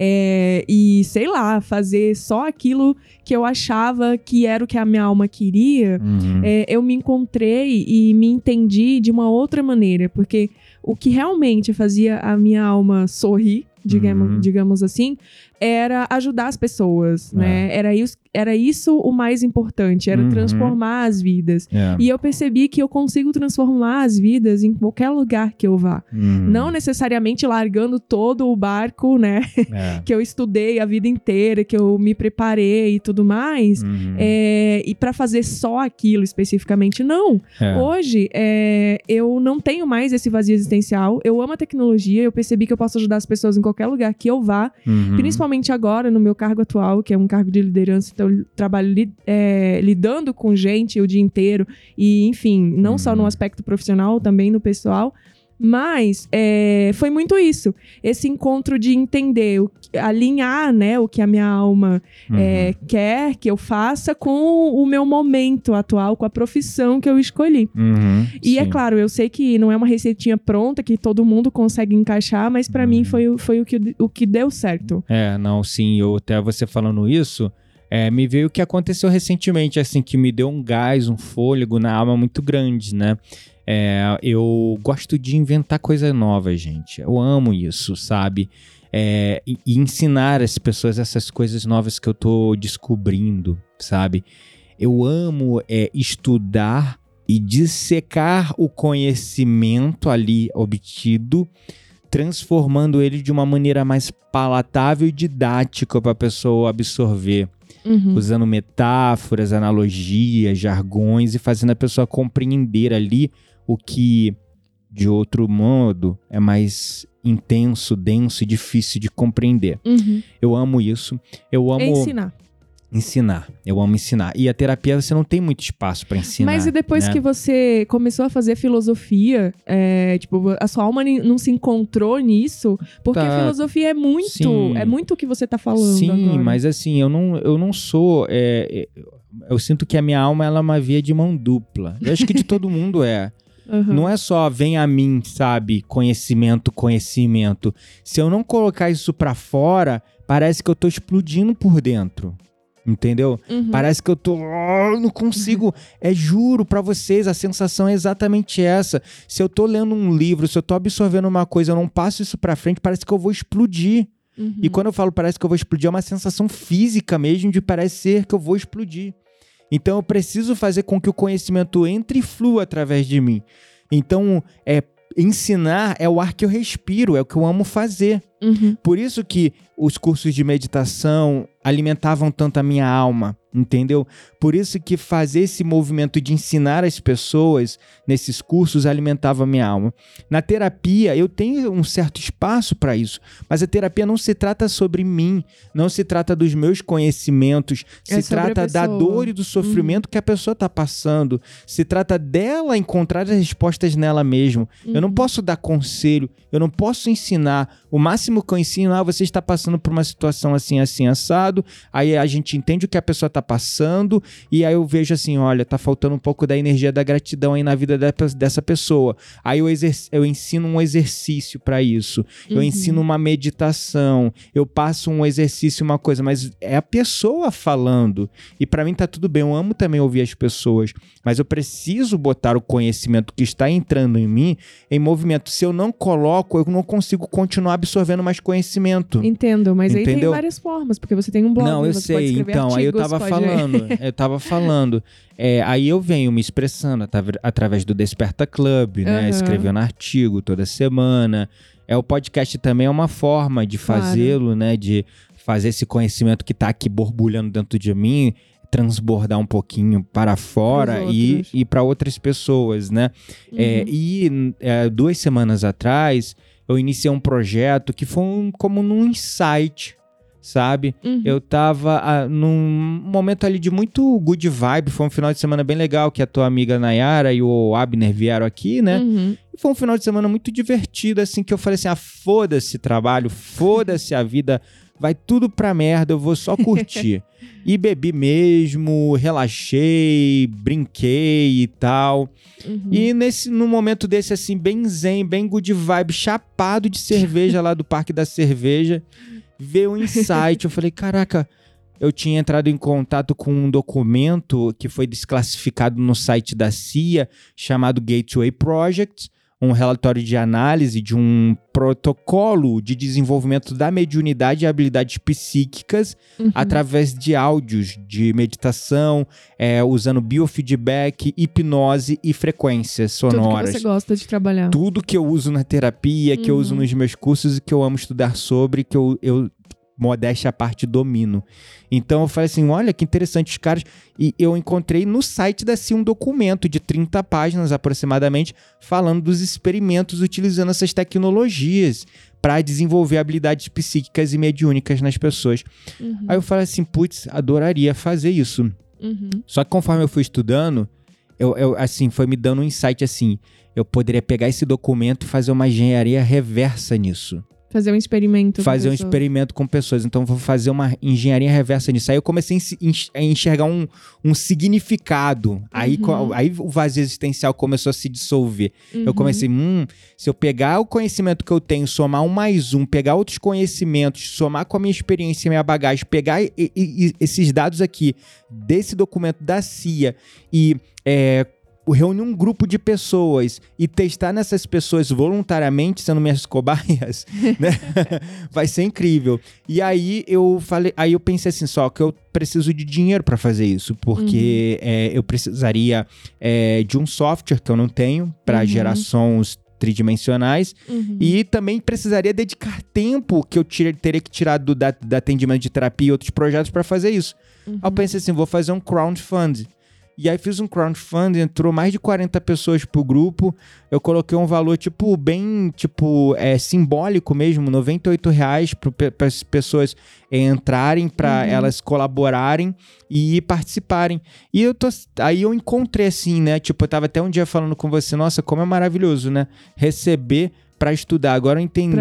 e, sei lá, fazer só aquilo que eu achava que era o que a minha alma queria, eu me encontrei e me entendi de uma outra maneira, porque o que realmente fazia a minha alma sorrir, digamos assim, era ajudar as pessoas, né? Era isso o mais importante, era transformar as vidas. E eu percebi que eu consigo transformar as vidas em qualquer lugar que eu vá. Não necessariamente largando todo o barco, né? Que eu estudei a vida inteira, que eu me preparei e tudo mais. E para fazer só aquilo especificamente, não. Hoje, eu não tenho mais esse vazio existencial. Eu amo a tecnologia, eu percebi que eu posso ajudar as pessoas em qualquer lugar que eu vá. Principalmente principalmente agora, no meu cargo atual, que é um cargo de liderança, então eu trabalho lidando com gente o dia inteiro, e enfim, não só no aspecto profissional, também no pessoal. Mas foi muito isso. Esse encontro de entender, alinhar, né, o que a minha alma quer que eu faça com o meu momento atual, com a profissão que eu escolhi. E é claro, eu sei que não é uma receitinha pronta que todo mundo consegue encaixar, mas pra mim foi o que deu certo. Não, sim. Até você falando isso, me veio o que aconteceu recentemente, assim, que me deu um gás, um fôlego na alma muito grande, né? Eu gosto de inventar coisa nova, gente. Eu amo isso, sabe? E ensinar as pessoas essas coisas novas que eu tô descobrindo, sabe? Eu amo estudar e dissecar o conhecimento ali obtido, transformando ele de uma maneira mais palatável e didática para a pessoa absorver. Usando metáforas, analogias, jargões e fazendo a pessoa compreender ali o que, de outro modo, é mais intenso, denso e difícil de compreender. Eu amo isso. Eu amo ensinar. Eu amo ensinar. E a terapia, você não tem muito espaço para ensinar. Mas e depois que você começou a fazer filosofia, a sua alma não se encontrou nisso? Porque a filosofia é muito o que você tá falando agora. Mas assim, eu não sou... eu sinto que a minha alma ela é uma via de mão dupla. Eu acho que de todo mundo é. Não é só vem a mim, sabe, conhecimento. Se eu não colocar isso pra fora, parece que eu tô explodindo por dentro. Entendeu? Parece que eu tô... não consigo... juro pra vocês, a sensação é exatamente essa. Se eu tô lendo um livro, se eu tô absorvendo uma coisa, eu não passo isso pra frente, parece que eu vou explodir. E quando eu falo parece que eu vou explodir, é uma sensação física mesmo de parecer que eu vou explodir. Então eu preciso fazer com que o conhecimento entre e flua através de mim. Então, ensinar é o ar que eu respiro, é o que eu amo fazer. Por isso que os cursos de meditação alimentavam tanto a minha alma, entendeu? Por isso que fazer esse movimento de ensinar as pessoas nesses cursos alimentava a minha alma. Na terapia, eu tenho um certo espaço para isso, mas a terapia não se trata sobre mim, não se trata dos meus conhecimentos, se trata da dor e do sofrimento que a pessoa está passando, se trata dela encontrar as respostas nela mesma. Eu não posso dar conselho, eu não posso ensinar. O máximo que eu ensino, você está passando por uma situação assim, assim, assado, aí a gente entende o que a pessoa está passando, e aí eu vejo assim, olha, tá faltando um pouco da energia da gratidão aí na vida dessa pessoa. Aí eu ensino um exercício para isso, eu ensino uma meditação, eu passo um exercício, uma coisa, mas é a pessoa falando, e para mim tá tudo bem, eu amo também ouvir as pessoas, mas eu preciso botar o conhecimento que está entrando em mim em movimento. Se eu não coloco, eu não consigo continuar absorvendo mais conhecimento. Entendo, mas aí tem várias formas, porque você tem um blog, não, eu você sei, pode escrever então, artigos, aí eu tava falando, aí eu venho me expressando através do Desperta Club, né, escrevendo artigo toda semana, o podcast também é uma forma de fazê-lo, né, de fazer esse conhecimento que tá aqui borbulhando dentro de mim, transbordar um pouquinho para fora e para outras pessoas, né, 2 semanas atrás, eu iniciei um projeto que foi como num insight, sabe? Eu tava num momento ali de muito good vibe, foi um final de semana bem legal, que a tua amiga Nayara e o Abner vieram aqui, né? E foi um final de semana muito divertido, assim, que eu falei assim, foda-se trabalho, foda-se a vida, vai tudo pra merda, eu vou só curtir. E bebi mesmo, relaxei, brinquei e tal. E num momento desse, assim, bem zen, bem good vibe, chapado de cerveja lá do Parque da Cerveja, veio um insight. Eu falei, caraca, eu tinha entrado em contato com um documento que foi desclassificado no site da CIA, chamado Gateway Project, um relatório de análise de um protocolo de desenvolvimento da mediunidade e habilidades psíquicas através de áudios de meditação, usando biofeedback, hipnose e frequências sonoras. Tudo que você gosta de trabalhar. Tudo que eu uso na terapia, que eu uso nos meus cursos e que eu amo estudar sobre, que eu modéstia à parte, domino. Então eu falei assim, olha que interessante os caras. E eu encontrei no site da CIA um documento de 30 páginas aproximadamente, falando dos experimentos utilizando essas tecnologias para desenvolver habilidades psíquicas e mediúnicas nas pessoas. Aí eu falei assim, putz, adoraria fazer isso. Só que conforme eu fui estudando, eu assim, foi me dando um insight assim, eu poderia pegar esse documento e fazer uma engenharia reversa nisso. Fazer um experimento com pessoas. Então, vou fazer uma engenharia reversa nisso. Aí eu comecei a enxergar um significado. Aí o vazio existencial começou a se dissolver. Eu comecei, se eu pegar o conhecimento que eu tenho, somar 1 mais 1, pegar outros conhecimentos, somar com a minha experiência e minha bagagem, pegar esses dados aqui desse documento da CIA e reunir um grupo de pessoas e testar nessas pessoas voluntariamente, sendo minhas cobaias, né? Vai ser incrível. E aí eu pensei assim, só que eu preciso de dinheiro para fazer isso, porque eu precisaria de um software que eu não tenho para gerar sons tridimensionais e também precisaria dedicar tempo que eu teria que tirar do atendimento de terapia e outros projetos para fazer isso. Aí eu pensei assim, vou fazer um crowdfunding. E aí fiz um crowdfunding, entrou mais de 40 pessoas pro grupo, eu coloquei um valor bem simbólico mesmo, R$98 para as pessoas entrarem, para elas colaborarem e participarem. E aí eu encontrei assim, né, eu tava até um dia falando com você, nossa, como é maravilhoso, né, receber para estudar. Agora eu entendi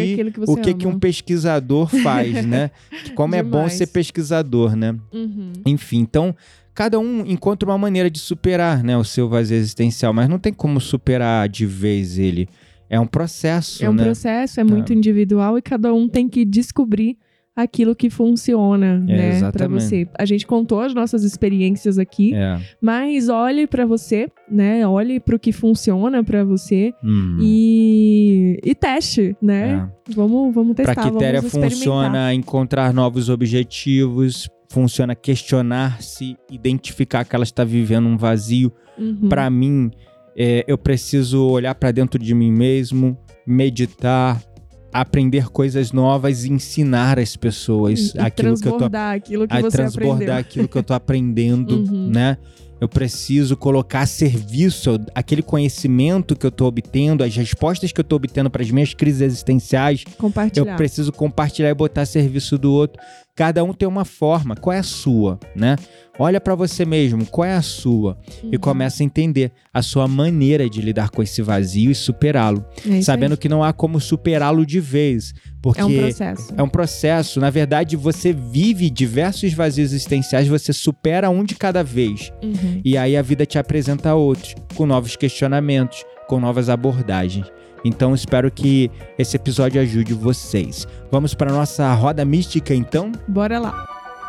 o que um pesquisador faz, né, como é bom ser pesquisador, né. Enfim, então cada um encontra uma maneira de superar, né, o seu vazio existencial, mas não tem como superar de vez ele. É um processo, né? É um processo, é muito individual e cada um tem que descobrir aquilo que funciona, né, para você. A gente contou as nossas experiências aqui, mas olhe para você, né, olhe para o que funciona para você e teste, né? Vamos testar, pra Quitéria funciona encontrar novos objetivos, funciona questionar-se, identificar que ela está vivendo um vazio. Para mim, eu preciso olhar para dentro de mim mesmo, meditar, aprender coisas novas e ensinar as pessoas aquilo que eu tô aprendendo, né? Eu preciso colocar a serviço aquele conhecimento que eu tô obtendo, as respostas que eu tô obtendo para as minhas crises existenciais. Compartilhar. Eu preciso compartilhar e botar a serviço do outro. Cada um tem uma forma. Qual é a sua, né? Olha para você mesmo, qual é a sua? E começa a entender a sua maneira de lidar com esse vazio e superá-lo. Sabendo que não há como superá-lo de vez. Porque é um processo. Na verdade, você vive diversos vazios existenciais, você supera um de cada vez. E aí a vida te apresenta outros, com novos questionamentos, com novas abordagens. Então, espero que esse episódio ajude vocês. Vamos para a nossa roda mística, então? Bora lá!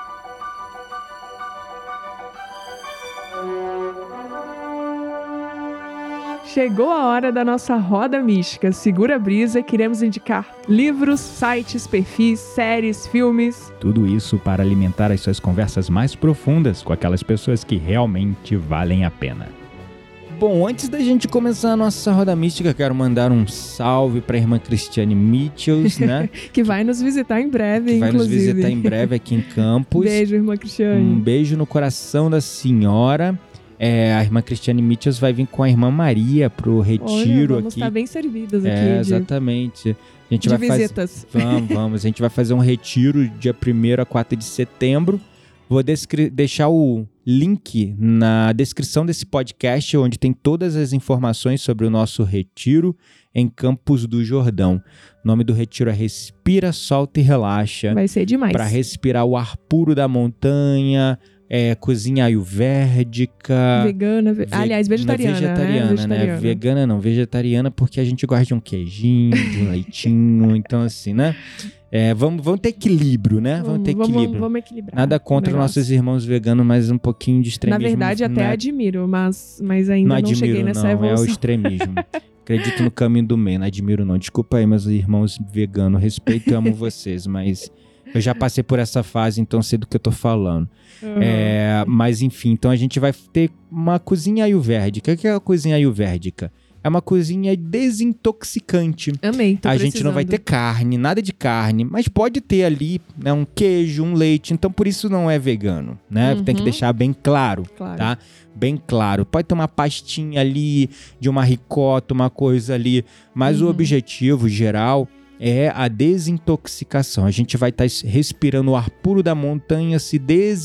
Chegou a hora da nossa roda mística. Segura a brisa, queremos indicar livros, sites, perfis, séries, filmes. Tudo isso para alimentar as suas conversas mais profundas com aquelas pessoas que realmente valem a pena. Bom, antes da gente começar a nossa roda mística, quero mandar um salve para a irmã Cristiane Mitchells, né? que vai nos visitar em breve, inclusive. Vai nos visitar em breve aqui em Campos. Beijo, irmã Cristiane. Um beijo no coração da senhora. A irmã Cristiane Mitchells vai vir com a irmã Maria pro retiro. Vamos aqui. Estar bem servidas aqui. Exatamente. A gente vai visitas. Vamos. A gente vai fazer um retiro dia 1º a 4 de setembro. Vou deixar o link na descrição desse podcast, onde tem todas as informações sobre o nosso retiro em Campos do Jordão. O nome do retiro é Respira, Solta e Relaxa. Vai ser demais. Para respirar o ar puro da montanha, cozinha ayurvédica. Vegana, aliás, vegetariana, né? Vegana não, vegetariana, porque a gente gosta de um queijinho, de um leitinho, então assim, né? Vamos ter equilíbrio, né? Vamos equilibrar. Nada contra nossos irmãos veganos, mas um pouquinho de extremismo. Na verdade, até admiro, mas ainda não cheguei nessa evolução. É o extremismo. Acredito no caminho do meio, não admiro não. Desculpa aí, meus irmãos veganos, respeito e amo vocês, mas eu já passei por essa fase, então sei do que eu tô falando. Mas enfim, então a gente vai ter uma cozinha ayurvédica. O que é a cozinha ayurvédica? É uma cozinha desintoxicante. Amei, tô A gente não vai ter carne, nada de carne, mas pode ter ali, né, um queijo, um leite. Então, por isso não é vegano, né? Tem que deixar bem claro, tá? Bem claro. Pode ter uma pastinha ali de uma ricota, uma coisa ali. Mas o objetivo geral é a desintoxicação. A gente vai estar respirando o ar puro da montanha, se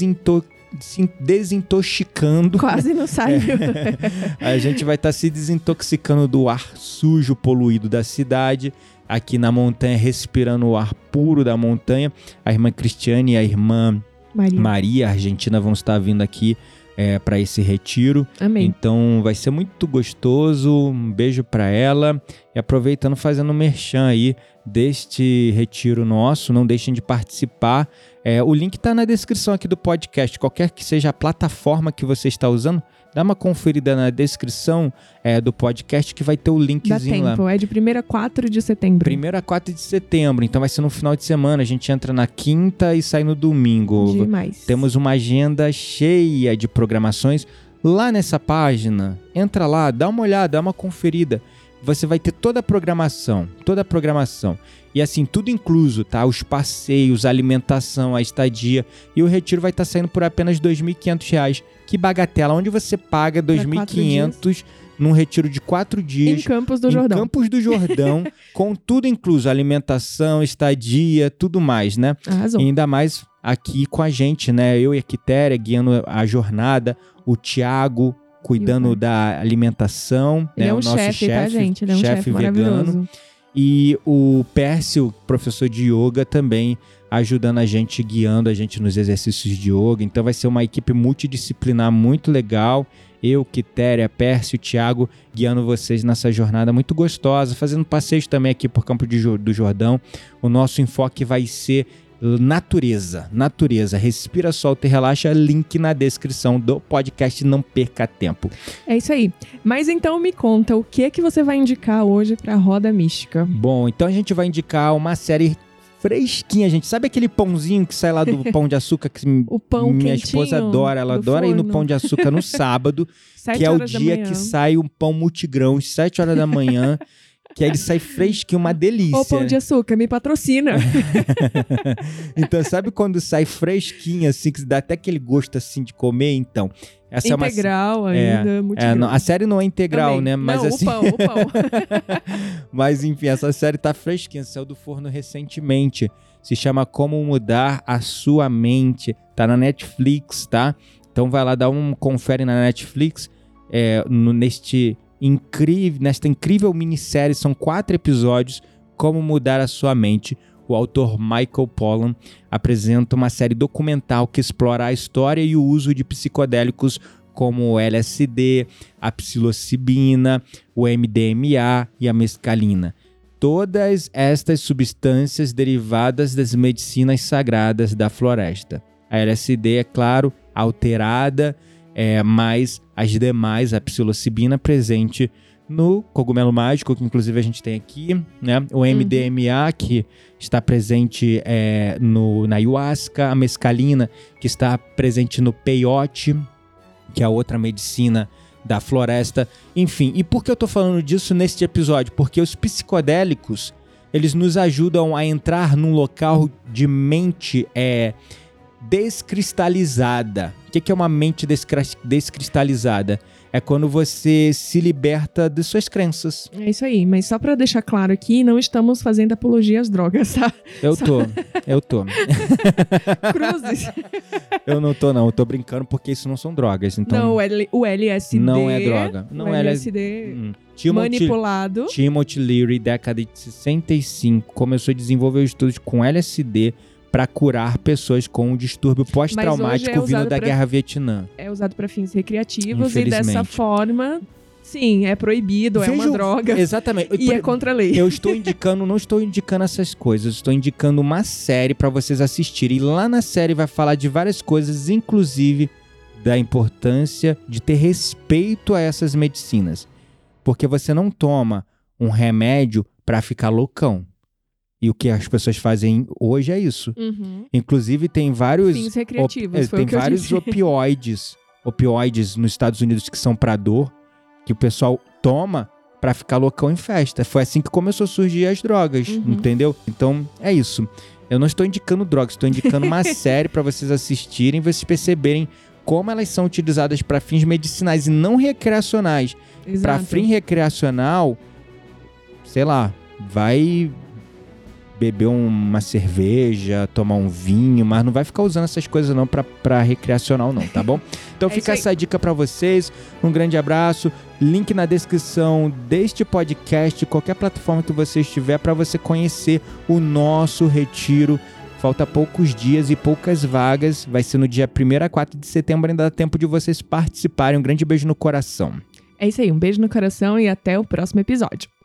desintoxicando. Quase não saiu. A gente vai estar se desintoxicando do ar sujo, poluído da cidade. Aqui na montanha, respirando o ar puro da montanha. A irmã Cristiane e a irmã Maria Argentina vão estar vindo aqui para esse retiro. Amém. Então vai ser muito gostoso. Um beijo para ela. E aproveitando, fazendo um merchan aí deste retiro nosso, não deixem de participar. O link está na descrição aqui do podcast. Qualquer que seja a plataforma que você está usando, dá uma conferida na descrição do podcast que vai ter o linkzinho lá. Dá tempo, é de 1º a 4 de setembro. 1º a 4 de setembro, então vai ser no final de semana. A gente entra na quinta e sai no domingo. Demais. Temos uma agenda cheia de programações. Lá nessa página, entra lá, dá uma olhada, dá uma conferida. Você vai ter toda a programação. E assim, tudo incluso, tá? Os passeios, a alimentação, a estadia. E o retiro vai estar saindo por apenas R$ 2.500. Que bagatela, onde você paga R$ 2.500 num retiro de 4 dias. Em Campos do Jordão. Com tudo incluso, alimentação, estadia, tudo mais, né? Arrasou. E ainda mais aqui com a gente, né? Eu e a Quitéria guiando a jornada, o Thiago cuidando da alimentação. Ele né? é um chefe, tá, gente? Ele é um chefe vegano. E o Pércio, professor de yoga, também ajudando a gente, guiando a gente nos exercícios de yoga. Então vai ser uma equipe multidisciplinar muito legal. Eu, Quitéria, Pércio, Thiago, guiando vocês nessa jornada muito gostosa, fazendo passeios também aqui por Campos do Jordão. O nosso enfoque vai ser natureza. Respira, solta e relaxa. Link na descrição do podcast. Não perca tempo. É isso aí. Mas então me conta, o que é que você vai indicar hoje pra Roda Mística? Bom, então a gente vai indicar uma série fresquinha, gente. Sabe aquele pãozinho que sai lá do Pão de Açúcar? Que o pão minha esposa adora. Ela adora ir no Pão de Açúcar no sábado, que é o dia que sai um pão multigrãos, 7 horas da manhã. Que aí ele sai fresquinho, uma delícia. Ô, Pão de Açúcar, me patrocina. Então, sabe quando sai fresquinho, assim, que dá até aquele gosto, assim, de comer? Então, essa integral ainda, muito a série não é integral, também. né? Mas, não, assim... o pão. Mas, enfim, essa série tá fresquinha, saiu do forno recentemente. Se chama Como Mudar a Sua Mente. Tá na Netflix, tá? Então, vai lá, dá um confere na Netflix, nesta incrível minissérie. São 4 episódios, Como Mudar a Sua Mente. O autor Michael Pollan apresenta uma série documental que explora a história e o uso de psicodélicos como o LSD, a psilocibina, o MDMA e a mescalina. Todas estas substâncias derivadas das medicinas sagradas da floresta. A LSD, é claro, alterada, mas as demais, a psilocibina presente no cogumelo mágico, que inclusive a gente tem aqui, né? O MDMA, que está presente na ayahuasca, a mescalina, que está presente no peyote, que é a outra medicina da floresta. Enfim, e por que eu tô falando disso neste episódio? Porque os psicodélicos, eles nos ajudam a entrar num local de mente descristalizada. O que é uma mente descristalizada? É quando você se liberta de suas crenças. É isso aí, mas só pra deixar claro aqui, não estamos fazendo apologia às drogas, tá? Eu tô. Cruzes. Eu não tô, não. Eu tô brincando porque isso não são drogas. Então... Não, o LSD... Não é droga. Não é LSD... manipulado. Timothy Leary, década de 65, começou a desenvolver estudos com LSD para curar pessoas com um distúrbio pós-traumático vindo da Guerra Vietnã. É usado para fins recreativos e dessa forma, sim, é proibido, é uma droga. Exatamente. E é contra a lei. Eu não estou indicando essas coisas, estou indicando uma série para vocês assistirem. E lá na série vai falar de várias coisas, inclusive da importância de ter respeito a essas medicinas. Porque você não toma um remédio para ficar loucão. E o que as pessoas fazem hoje é isso. Uhum. Inclusive, tem vários... fins recreativos, foi tem o que eu vários disse. opioides nos Estados Unidos que são para dor, que o pessoal toma pra ficar loucão em festa. Foi assim que começou a surgir as drogas, entendeu? Então, é isso. Eu não estou indicando drogas, estou indicando uma série pra vocês assistirem, vocês perceberem como elas são utilizadas para fins medicinais e não recreacionais. Para fim recreacional, sei lá, vai beber uma cerveja, tomar um vinho, mas não vai ficar usando essas coisas não pra recreacional não, tá bom? Então fica essa dica pra vocês, um grande abraço, link na descrição deste podcast, qualquer plataforma que você estiver, pra você conhecer o nosso retiro. Falta poucos dias e poucas vagas, vai ser no dia 1º a 4 de setembro, ainda dá tempo de vocês participarem. Um grande beijo no coração. É isso aí, um beijo no coração e até o próximo episódio.